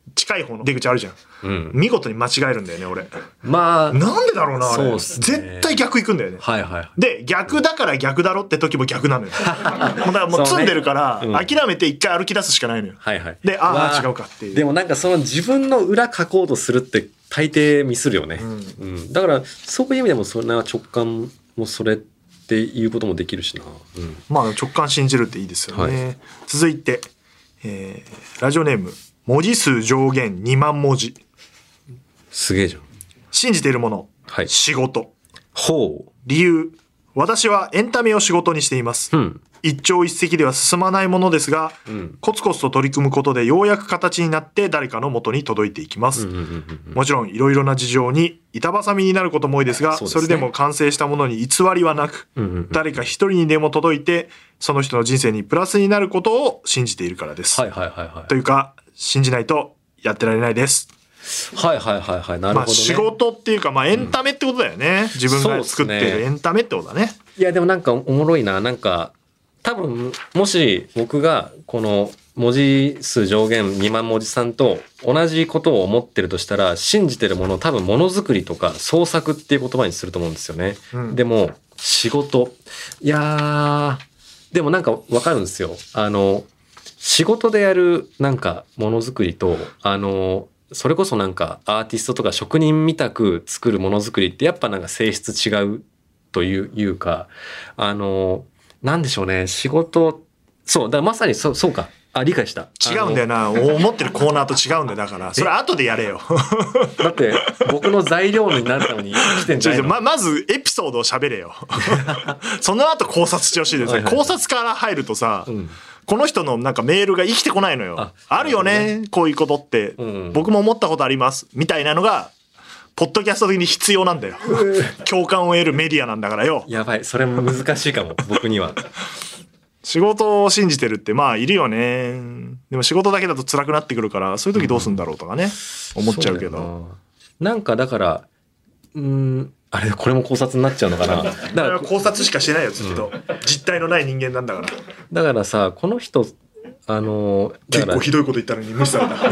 近い方の出口あるじゃん、 うん、 見事に間違えるんだよね俺。 まあなんでだろうなあれ。 そうっすね、 絶対逆行くんだよね。 はいはい。 で逆だから逆だろって時も逆なのよ。もうだからもう積んでるから、ね、うん、諦めて一回歩き出すしかないのよ。 はいはい。 でああ違うかっていう。 でもなんかその自分の裏書こうとするって大抵ミスるよね。うんうん、だからそういう意味でもそんな直感もそれっていうこともできるしな。うん、 まあ直感信じるっていいですよね。はい、続いて、ラジオネーム文字数上限2万文字。 すげえじゃん。 信じているもの、 はい、 仕事。 ほう。 理由、私はエンタメを仕事にしています。 うん、 一朝一夕では進まないものですが、うん、コツコツと取り組むことでようやく形になって誰かの元に届いていきます。もちろんいろいろな事情に板挟みになることも多いですが、それでも完成したものに偽りはなく、誰か一人にでも届いてその人の人生にプラスになることを信じているからです。 はいはいはいはい。 というか信じないとやってられないです。 はいはいはいはい。なるほどね。まあ仕事っていうかまあエンタメってことだよね。自分が作ってるエンタメってことだね。 いやでもなんかおもろいな。なんか多分もし僕がこの文字数上限2万文字さんと同じことを思ってるとしたら、信じてるもの多分ものづくりとか創作っていう言葉にすると思うんですよね。うん、でも仕事、いやーでもなんかわかるんですよ。仕事でやるなんかものづくりとそれこそなんかアーティストとか職人みたく作るものづくりってやっぱなんか性質違うというかなんでしょうね、仕事、そうだからまさにそうか、あ理解した。 違うんだよな、思ってるコーナーと違うんだよ。だからそれ後でやれよ。 だって僕の材料になるために来てんじゃないの。 まずエピソードを喋れよ。その後考察してほしいですね。考察から入るとさ、うん、この人のなんかメールが生きてこないのよ。あるよね、こういうことって、うん、僕も思ったことありますみたいなのがポッドキャスト的に必要なんだよ。共感を得るメディアなんだからよ。 やばい、それも難しいかも僕には。 仕事を信じてるってまあいるよね。でも仕事だけだと辛くなってくるから、そういう時どうするんだろうとかね、思っちゃうけど。 なんかだからあれこれも考察になっちゃうのかな。だから考察しかしてないよずっと、実体のない人間なんだから。 だからさ、この人結構ひどいこと言ったのに無視された。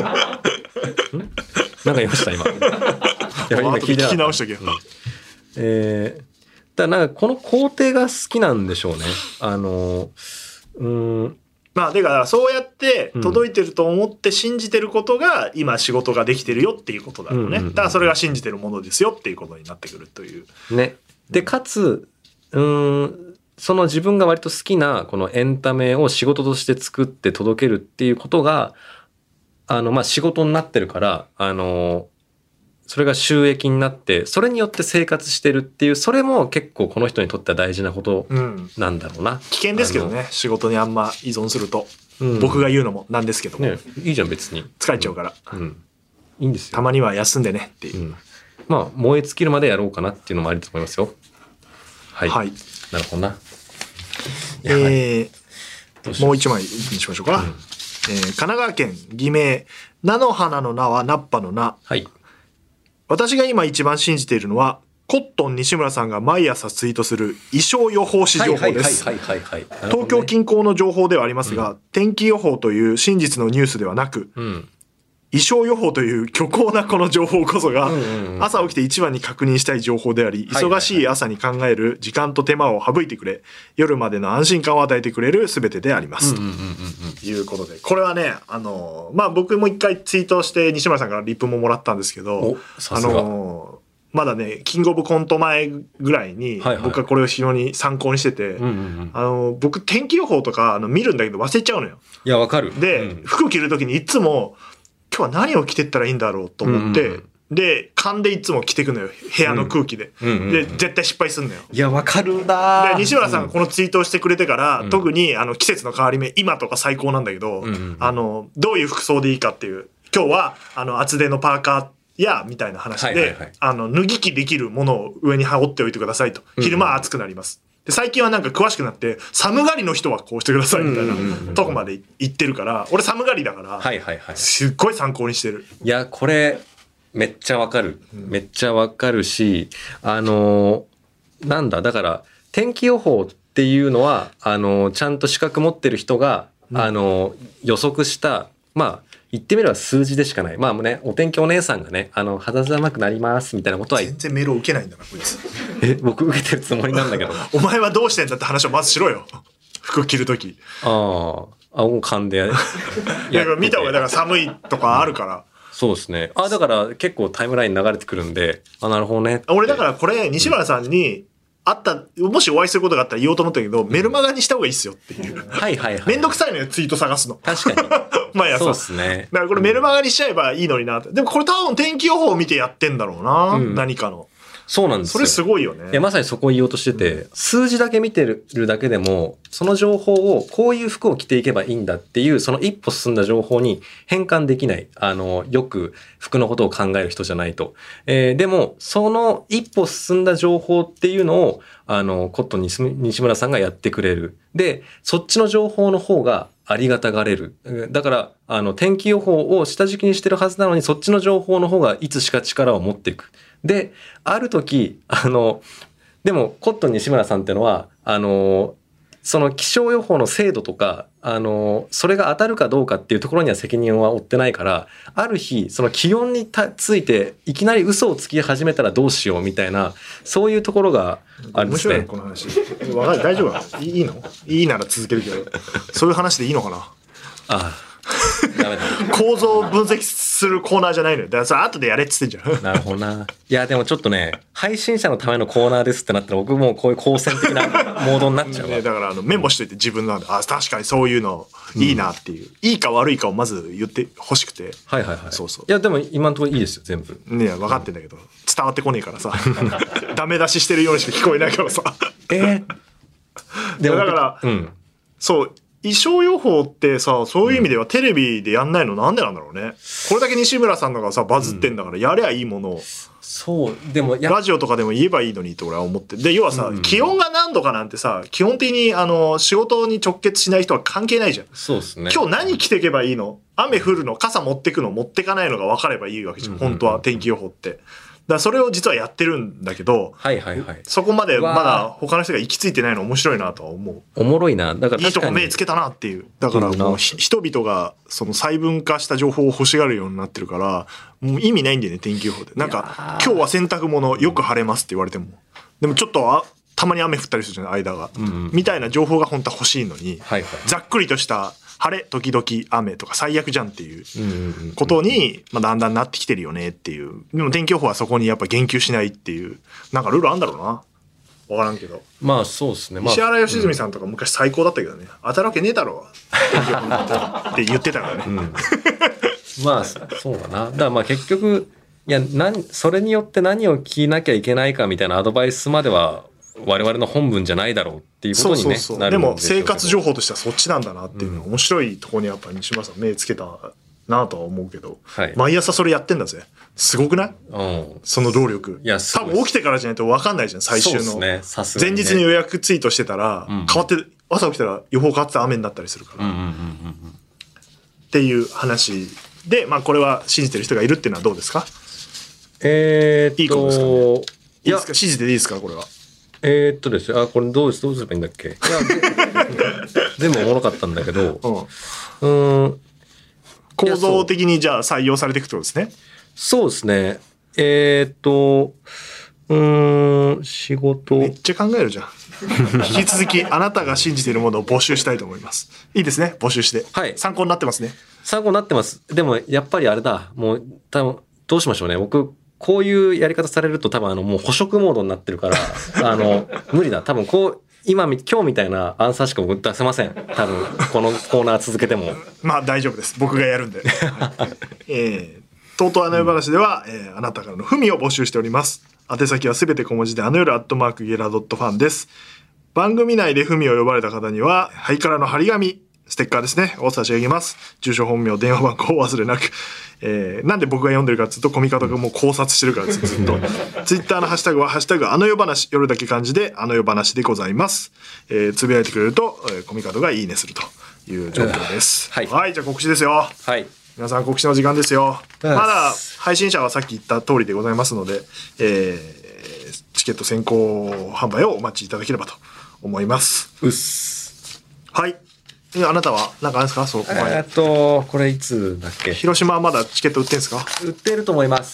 なんか言いました今。今聞き直したけど。 だからなんかこの工程が好きなんでしょうね。 まあだからそうやって届いてると思って信じてることが今仕事ができてるよっていうことだろうね。だからそれが信じてるものですよっていうことになってくるという。 ね。でかつその自分が割と好きなこのエンタメを仕事として作って届けるっていうことがまあ仕事になってるからそれが収益になってそれによって生活してるっていう、それも結構この人にとっては大事なことなんだろうな。 危険ですけどね、仕事にあんま依存すると、僕が言うのもなんですけども、 ね、いいじゃん別に疲れちゃうから、 いいんですよ。 たまには休んでねっていう、 まあ燃え尽きるまでやろうかなっていうのもありと思いますよ。はい、なるほどな。 もう一枚にしましょうか。神奈川県偽名菜の花の菜は菜っぱの菜。 はい。 私が今一番信じているのはコットン西村さんが毎朝ツイートする衣装予報士情報です。東京近郊の情報ではありますが、天気予報という真実のニュースではなく、衣装予報という虚構なこの情報こそが朝起きて一番に確認したい情報であり、忙しい朝に考える時間と手間を省いてくれ、夜までの安心感を与えてくれる全てでありますということで、これはねまあ僕も一回ツイートして西村さんからリップももらったんですけど、まだねキングオブコント前ぐらいに僕はこれを非常に参考にしてて、僕天気予報とか見るんだけど忘れちゃうのよ。 いやわかる。 で、服着る時にいつも今日は何を着てったらいいんだろうと思って、で勘でいつも着てくのよ、部屋の空気で、で絶対失敗すんのよ。 いやわかるな。 で西村さんがこのツイートをしてくれてから、特に季節の変わり目今とか最高なんだけど、どういう服装でいいかっていう、今日は厚手のパーカーやみたいな話で、脱ぎ着できるものを上に羽織っておいてくださいと、昼間は暑くなります。で最近はなんか詳しくなって寒がりの人はこうしてくださいみたいなとこまで言ってるから、俺寒がりだからすっごい参考にしてる。 いやこれめっちゃわかる、めっちゃわかるし、なんだだから天気予報っていうのはちゃんと資格持ってる人が予測したまあ言ってみれば数字でしかない。まあね、お天気お姉さんがね、肌寒くなりますみたいなことは。 全然メールを受けないんだな、こいつ。 僕受けてるつもりなんだけど。 お前はどうしてんだって話をまずしろよ。服着るとき。 もう勘で。 いや、見た方が、だから寒いとかあるから。 そうですね。だから結構タイムライン流れてくるんで、なるほどね。 俺だからこれ、西村さんに、もしお会いすることがあったら言おうと思ったけど、メルマガにした方がいいっすよっていう。 はいはいはい。 めんどくさいのよ、ツイート探すの。 確かに。 毎朝。 そうですね。 だからこれメルマガにしちゃえばいいのになって。でもこれ多分天気予報を見てやってんだろうな。何かの。 そうなんですよ。 それすごいよね。 いや、まさにそこを言おうとしてて、数字だけ見てるだけでも、その情報をこういう服を着ていけばいいんだっていう、その一歩進んだ情報に変換できない。よく服のことを考える人じゃないと。でも、その一歩進んだ情報っていうのを、コットン西村さんがやってくれる。で、そっちの情報の方がありがたがれる。だから、天気予報を下敷きにしてるはずなのに、そっちの情報の方がいつしか力を持っていく。で、ある時、でも、コットン西村さんってのは、その気象予報の精度とか、それが当たるかどうかっていうところには責任は負ってないから、ある日、その気温について、いきなり嘘をつき始めたらどうしようみたいな、そういうところがあるんですね。 面白いね、この話。大丈夫なの？いいの？いいなら続けるけど、そういう話でいいのかな？ダメだ。構造を分析するコーナーじゃないのよ。だからさ、後でやれっつってんじゃん。 なるほどな。いや、でもちょっとね、配信者のためのコーナーですってなったら、僕もうこういう好戦的なモードになっちゃうわ。 だからメモしといて自分の確かにそういうのいいなっていう、いいか悪いかをまず言ってほしくて。 はいはいはい。 そうそう。 いや、でも今のところいいですよ、全部。 ねえ、分かってんだけど、伝わってこねえからさ。ダメ出ししてるようにしか聞こえないからさ。でもだから、そう、気象予報ってさ、そういう意味ではテレビでやんないのなんでなんだろうね。これだけ西村さんのがさ、バズってんだから、やりゃいいものを。 そう、でもラジオとかでも言えばいいのにって俺は思って。で、要はさ、気温が何度かなんてさ、基本的に仕事に直結しない人は関係ないじゃん。 そうですね。 今日何着ていけばいいの？雨降るの？傘持ってくの？持ってかないのが分かればいいわけじゃん。本当は天気予報って。だからそれを実はやってるんだけど、 はいはいはい。 そこまでまだ他の人が行き着いてないの面白いなとは思う。 おもろいな。だからいいとこ目つけたなっていう。だからもう人々がその細分化した情報を欲しがるようになってるから、もう意味ないんだよね、天気予報で。なんか今日は洗濯物よく晴れますって言われても。でもちょっとたまに雨降ったりするじゃない間が、みたいな情報が本当は欲しいのに、ざっくりとした晴れ時々雨とか最悪じゃんっていうことに、だんだんなってきてるよねっていう。でも天気予報はそこにやっぱ言及しないっていう、なんかルールあるんだろうな。わからんけど。 まあそうですね。 石原良純さんとか昔最高だったけどね。当たるわけねえだろうって言ってたからね。 まあそうだな。だからまあ結局、いやそれによって何を聞いなきゃいけないかみたいなアドバイスまでは我々の本文じゃないだろうっていうことにね。 そうでも生活情報としてはそっちなんだなっていうのは面白いところにやっぱ西村さん目つけたなとは思うけど、毎朝それやってんだぜ。すごくない？その労力。いや多分起きてからじゃないと分かんないじゃん、最終の。そうですね、前日に予約ツイートしてたら、変わって朝起きたら予報変わってた雨になったりするからっていう話で、これは信じてる人がいるっていうのはどうですか？いいことですかね。いいですか？信じていいですかこれは。 ですよ。これどうすればいいんだっけ？いや、全部おもろかったんだけど、 構造的にじゃあ採用されていくってことですね。 そうですね。仕事。 めっちゃ考えるじゃん。引き続きあなたが信じているものを募集したいと思います。いいですね、募集して。はい。参考になってますね。 参考になってます。でもやっぱりあれだ。もう多分どうしましょうね。僕こういうやり方されると多分もう捕食モードになってるから無理だ。多分今日みたいなアンサーしか僕出せません。多分このコーナー続けても。 まあ大丈夫です。僕がやるんで。とうとうあの夜話では、あなたからの文を募集しております。宛先はすべて小文字で夜@gera.fun です。番組内で文を呼ばれた方にはハイカラの張り紙ステッカーですねを差し上げます。住所本名電話番号を忘れなく。なんで僕が読んでるかっていうと、コミカドがもう考察してるからですずっと。ツイッターのハッシュタグはハッシュタグあの夜話、夜だけ漢字であの夜話でございます。つぶやいてくれると、コミカドがいいねするという状況です。はい、じゃあ告知ですよ。はい。皆さん告知の時間ですよ。まだ配信者はさっき言った通りでございますので、チケット先行販売をお待ちいただければと思います。はい。 あなたはなんかあるんですか？そう、 これいつだっけ？ 広島はまだチケット売ってんですか？ 売ってると思います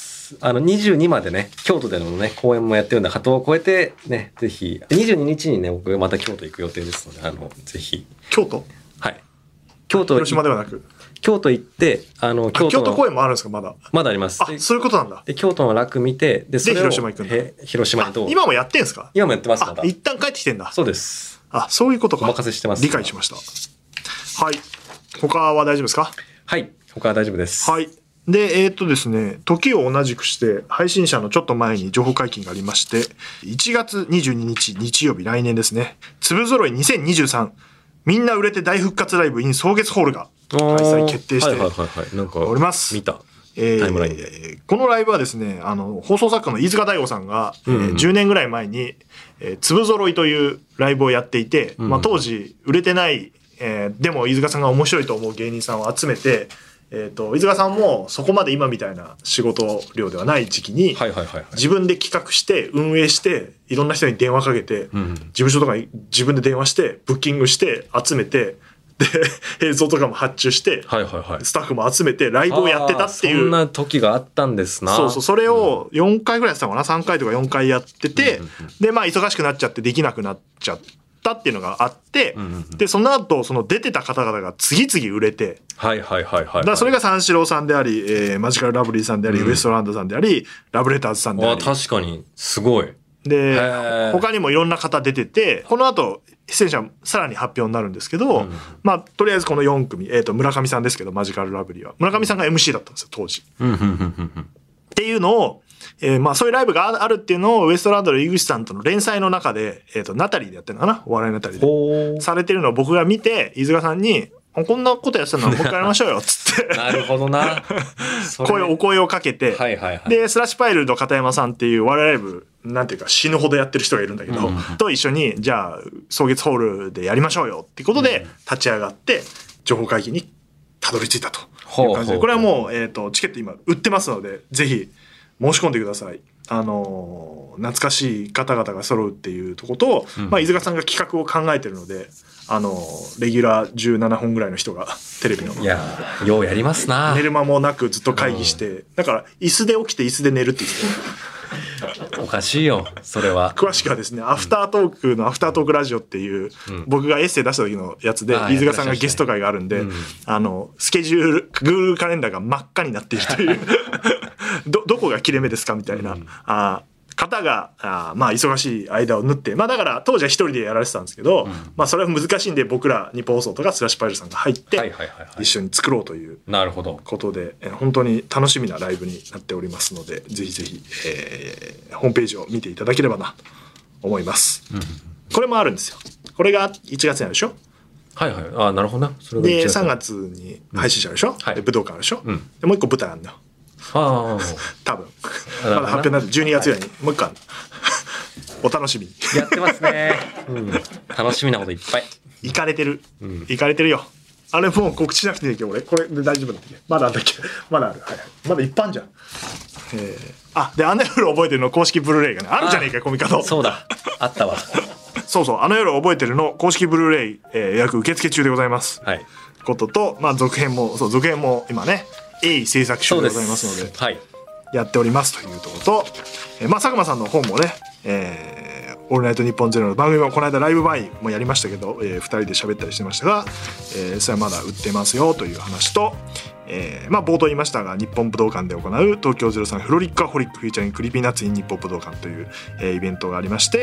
。22までね、京都でのね、公演もやってるんで、鳩を超えてね、ぜひ、22日にね、僕また京都行く予定ですので、ぜひ。 京都？ はい。京都。 広島ではなく。 京都行って、 京都公演もあるんですか？まだあります。 そういうことなんだ。 で、京都の楽見て、で、 広島行くんだ。 広島に今もやってんすか？ 今もやってます。まだ一旦帰ってきてんだ。 そうです。 そういうことか。 お任せしてます。 理解しました。はい。他は大丈夫ですか？ はい。他は大丈夫です。 はい。で、ですね、時を同じくして、配信者のちょっと前に情報解禁がありまして、1月22日日曜日、来年ですね、粒揃い2023、みんな売れて大復活ライブ in 草月ホールが開催決定しております。 見た。タイムラインで。 このライブはですね、放送作家の飯塚大吾さんが、10年ぐらい前に、粒揃いというライブをやっていて、当時売れてない、でも飯塚さんが面白いと思う芸人さんを集めて、飯塚さんもそこまで今みたいな仕事量ではない時期に自分で企画して運営していろんな人に電話かけて事務所とかに自分で電話してブッキングして集めてで映像とかも発注してスタッフも集めてライブをやってたっていうそんな時があったんですな。 それを4回ぐらいやってたのかな、3回とか4回やっててで忙しくなっちゃってできなくなっちゃったっていうのがあって、でその後その出てた方々が次々売れて、だからそれが三四郎さんであり、マジカルラブリーさんであり、ウエストランドさんであり、ラブレターズさんであり、 確かにすごい。 で他にもいろんな方出てて、この後出演者さらに発表になるんですけど、とりあえずこの4組、村上さんですけど、マジカルラブリーは村上さんが MC だったんですよ当時。っていうのをそういうライブがあるっていうのをウエストランドの井口さんとの連載の中で、ナタリーでやってるのかな、お笑いナタリーでされてるのを僕が見て、飯塚さんにこんなことやってたのもう一回やりましょうよっつってなるほどなお声をかけて、でスラッシュパイルの片山さんっていう我々ライブなんていうか死ぬほどやってる人がいるんだけど、と一緒にじゃあ草月ホールでやりましょうよってことで立ち上がって情報会議にたどり着いたという感じで、これはもう、チケット今売ってますのでぜひ申し込んでください。懐かしい方々が揃うっていうところと、飯塚さんが企画を考えてるので、レギュラー17本ぐらいの人がテレビの、 いやようやりますな。 寝る間もなくずっと会議して、だから椅子で起きて椅子で寝るって言っておかしいよそれは。 詳しくはですね、アフタートークのアフタートークラジオっていう、僕がエッセイ出した時のやつで飯塚さんがゲスト会があるんで、スケジュール Google カレンダーが真っ赤になっているというどこが切れ目ですかみたいな、方が忙しい間を縫って、だから当時は一人でやられてたんですけど、それは難しいんで僕ら日本放送とかスラッシュパイルさんが入って一緒に作ろうということで、本当に楽しみなライブになっておりますので、ぜひぜひ、ホームページを見ていただければなと思います、これもあるんですよ。これが1月にあるでしょ。 なるほどな。それがで3月に配信者あるでしょ、で武道館あるでしょ、でもう一個舞台あるんだよ多分まだ発表になって12月ぐらいにもう一回お楽しみにやってますね、楽しみなこといっぱい。 行かれてる、行かれてるよ。あれもう告知しなくていいけど俺これで大丈夫だっけ。まだあるんだっけ。まだある、まだいっぱいあんじゃん。であの夜覚えてるの公式ブルーレイがねあるじゃねえか、コミカド。 そうだ、あったわそうあの夜覚えてるの公式ブルーレイ、予約受付中でございます、ことと、続編も今ね制作中でございますので、やっておりますというところと、佐久間さんの本もね、オールナイトニッポンゼロの番組もこの間ライブ前もやりましたけど、2人で喋ったりしてましたが、それはまだ売ってますよという話と、冒頭言いましたが日本武道館で行う東京03フロリッカホリックフィーチャリングクリーピーナッツイン日本武道館という、イベントがありまして、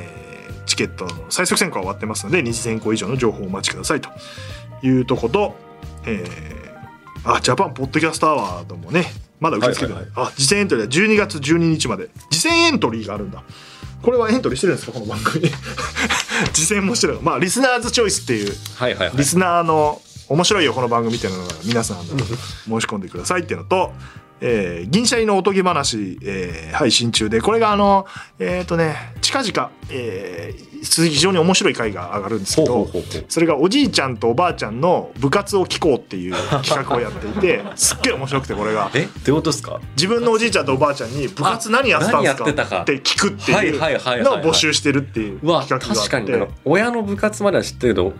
チケットの最速選考は終わってますので2次選考以上の情報をお待ちくださいというところと、ジャパンポッドキャストアワードもねまだ受け付けてない、次戦エントリーは12月12日まで次戦エントリーがあるんだ。これはエントリーしてるんですかこの番組次戦もしてる、リスナーズチョイスっていう、リスナーの面白いよこの番組っていうのが皆さん申し込んでくださいっていうのと、銀シャリのおとぎ話、配信中で、これが近々、非常に面白い回が上がるんですけど、それがおじいちゃんとおばあちゃんの部活を聞こうっていう企画をやっていてすっげえ面白くて、これがどういうことですか。 自分のおじいちゃんとおばあちゃんに部活何やってたんですかって聞くっていうのを募集してるっていう企画があって、 確かに親の部活までは知ってるけど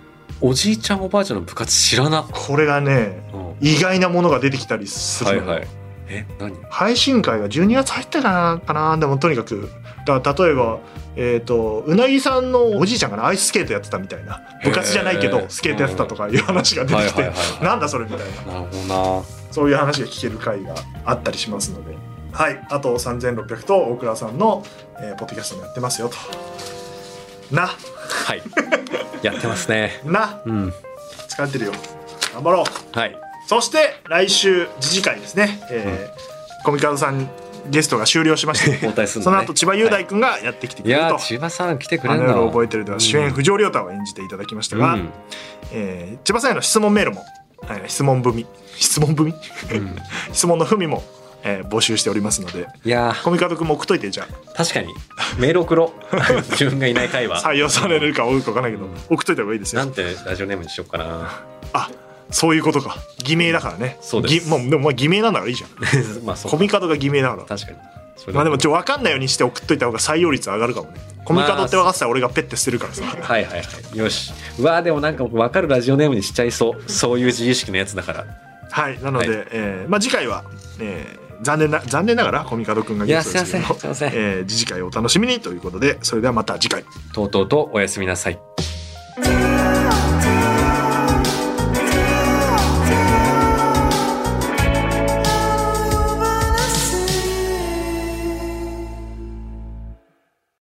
おじいちゃんおばあちゃんの部活知らな。 これがね、意外なものが出てきたりする。 はいはい。何？ 配信会が12月入ったかな。でもとにかくだから例えばうなぎさんのおじいちゃんがアイススケートやってたみたいな、部活じゃないけどスケートやってたとかいう話が出てきて、なんだそれみたいな。 なるほどな。 そういう話が聞ける回があったりしますので、はい。あと3600と大倉さんの、ポッドキャストもやってますよと。な。 はい。やってますね。 な。疲れてるよ。頑張ろう。はい。 そして来週次回ですね。コミカドさんゲストが終了しまして、 交代するね、 その後千葉雄大君がやってきてくれると。 いや千葉さん来てくれるの。覚えてるでは主演藤尾亮太を演じていただきましたが、千葉さんへの質問メールも、質問文、質問の文も、募集しておりますので、 いやコミカド君も送っといて。じゃあ確かにメール送ろう。自分がいない回は採用されるか多いか分からないけど、送っといた方がいいですよ。 なんてラジオネームにしようかな。 あ、そういうことか。偽名だからね。 そうです。 でも偽名なんだからいいじゃん。まあコミカドが偽名だから。 確かに。 まあでも分かんないようにして送っといた方が採用率上がるかもね。コミカドって分かってたら俺がペッて捨てるからさ。 はいはいはい。よし。うわでもなんか分かるラジオネームにしちゃいそう。そういう自意識のやつだから。 はい。なので、まあ次回は、残念ながらコミカドくんがゲストですけど、 すいません。 次回をお楽しみにということで、それではまた次回。 とうとうとおやすみなさい。